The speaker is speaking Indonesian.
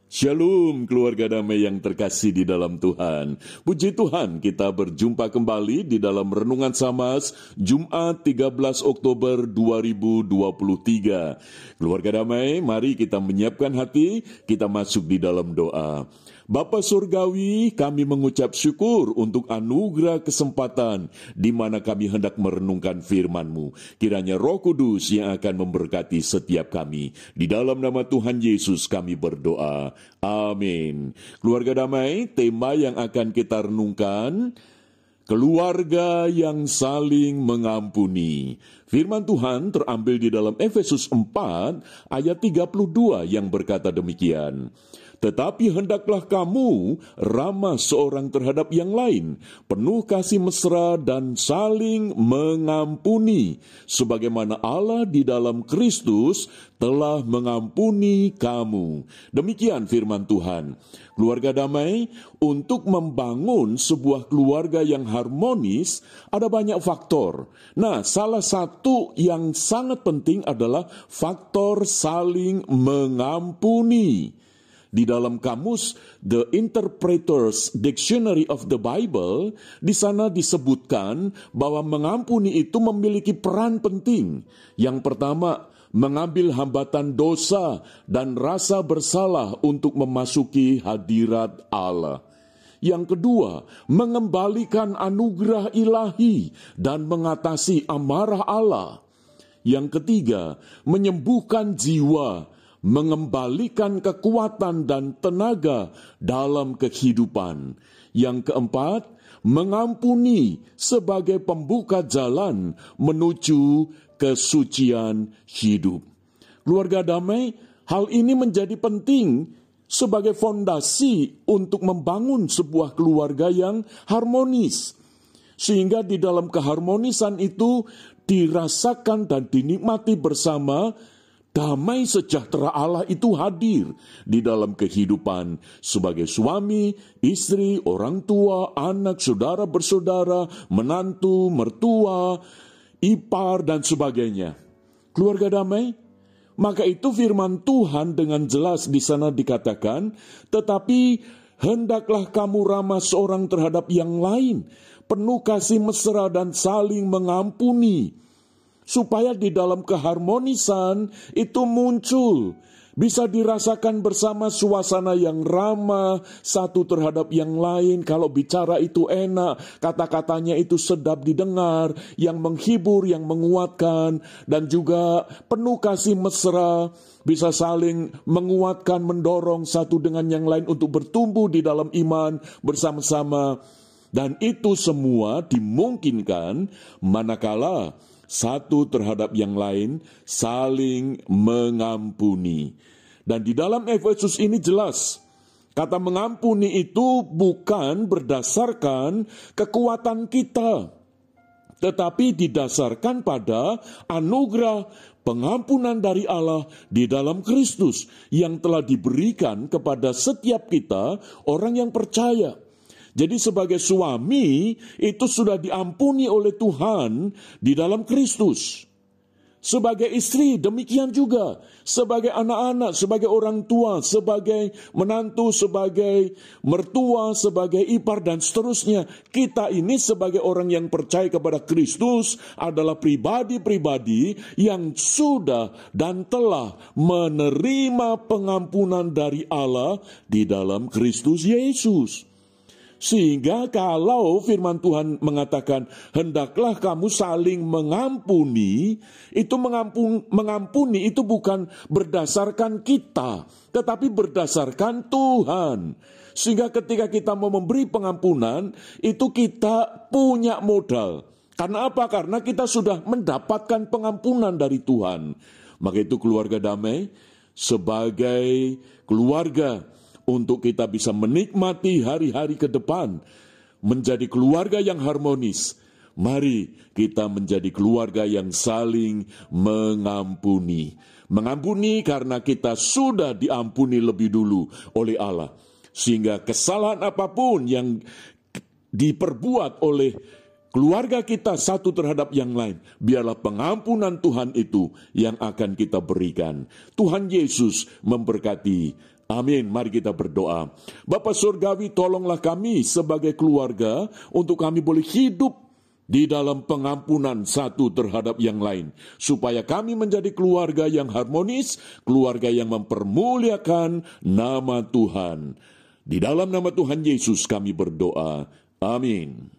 Shalom keluarga damai yang terkasih di dalam Tuhan. Puji Tuhan, kita berjumpa kembali di dalam Renungan Samas Jumat 13 Oktober 2023. Keluarga damai, mari kita menyiapkan hati, kita masuk di dalam doa. Bapa Surgawi, kami mengucap syukur untuk anugerah kesempatan di mana kami hendak merenungkan firman-Mu. Kiranya Roh Kudus yang akan memberkati setiap kami. Di dalam nama Tuhan Yesus kami berdoa. Amin. Keluarga damai, tema yang akan kita renungkan, keluarga yang saling mengampuni. Firman Tuhan terambil di dalam Efesus 4 ayat 32 yang berkata demikian. Tetapi hendaklah kamu ramah seorang terhadap yang lain, penuh kasih mesra dan saling mengampuni, sebagaimana Allah di dalam Kristus telah mengampuni kamu. Demikian firman Tuhan. Keluarga damai, untuk membangun sebuah keluarga yang harmonis, ada banyak faktor. Nah, salah satu yang sangat penting adalah faktor saling mengampuni. Di dalam kamus The Interpreter's Dictionary of the Bible, di sana disebutkan bahwa mengampuni itu memiliki peran penting. Yang pertama, mengambil hambatan dosa dan rasa bersalah untuk memasuki hadirat Allah. Yang kedua, mengembalikan anugerah ilahi dan mengatasi amarah Allah. Yang ketiga, menyembuhkan jiwa, mengembalikan kekuatan dan tenaga dalam kehidupan. Yang keempat, mengampuni sebagai pembuka jalan menuju kesucian hidup. Keluarga damai, hal ini menjadi penting sebagai fondasi untuk membangun sebuah keluarga yang harmonis. Sehingga di dalam keharmonisan itu dirasakan dan dinikmati bersama. Damai sejahtera Allah itu hadir di dalam kehidupan sebagai suami, istri, orang tua, anak, saudara bersaudara, menantu, mertua, ipar, dan sebagainya. Keluarga damai, maka itu firman Tuhan dengan jelas di sana dikatakan, tetapi hendaklah kamu ramah seorang terhadap yang lain, penuh kasih mesra dan saling mengampuni, supaya di dalam keharmonisan itu muncul, bisa dirasakan bersama suasana yang ramah satu terhadap yang lain. Kalau bicara itu enak, kata-katanya itu sedap didengar, yang menghibur, yang menguatkan, dan juga penuh kasih mesra, bisa saling menguatkan, mendorong satu dengan yang lain untuk bertumbuh di dalam iman bersama-sama. Dan itu semua dimungkinkan manakala satu terhadap yang lain saling mengampuni. Dan di dalam Efesus ini jelas, kata mengampuni itu bukan berdasarkan kekuatan kita, tetapi didasarkan pada anugerah pengampunan dari Allah di dalam Kristus yang telah diberikan kepada setiap kita, orang yang percaya. Jadi sebagai suami itu sudah diampuni oleh Tuhan di dalam Kristus. Sebagai istri demikian juga. Sebagai anak-anak, sebagai orang tua, sebagai menantu, sebagai mertua, sebagai ipar dan seterusnya. Kita ini sebagai orang yang percaya kepada Kristus adalah pribadi-pribadi yang sudah dan telah menerima pengampunan dari Allah di dalam Kristus Yesus. Sehingga kalau firman Tuhan mengatakan hendaklah kamu saling mengampuni, itu mengampuni itu bukan berdasarkan kita, tetapi berdasarkan Tuhan. Sehingga ketika kita mau memberi pengampunan, itu kita punya modal. Karena apa? Karena kita sudah mendapatkan pengampunan dari Tuhan. Maka itu keluarga damai, sebagai keluarga, untuk kita bisa menikmati hari-hari ke depan, menjadi keluarga yang harmonis, mari kita menjadi keluarga yang saling mengampuni. Mengampuni karena kita sudah diampuni lebih dulu oleh Allah. Sehingga kesalahan apapun yang diperbuat oleh keluarga kita satu terhadap yang lain, biarlah pengampunan Tuhan itu yang akan kita berikan. Tuhan Yesus memberkati. Amin. Mari kita berdoa. Bapa Surgawi, tolonglah kami sebagai keluarga untuk kami boleh hidup di dalam pengampunan satu terhadap yang lain, supaya kami menjadi keluarga yang harmonis, keluarga yang mempermuliakan nama Tuhan. Di dalam nama Tuhan Yesus kami berdoa. Amin.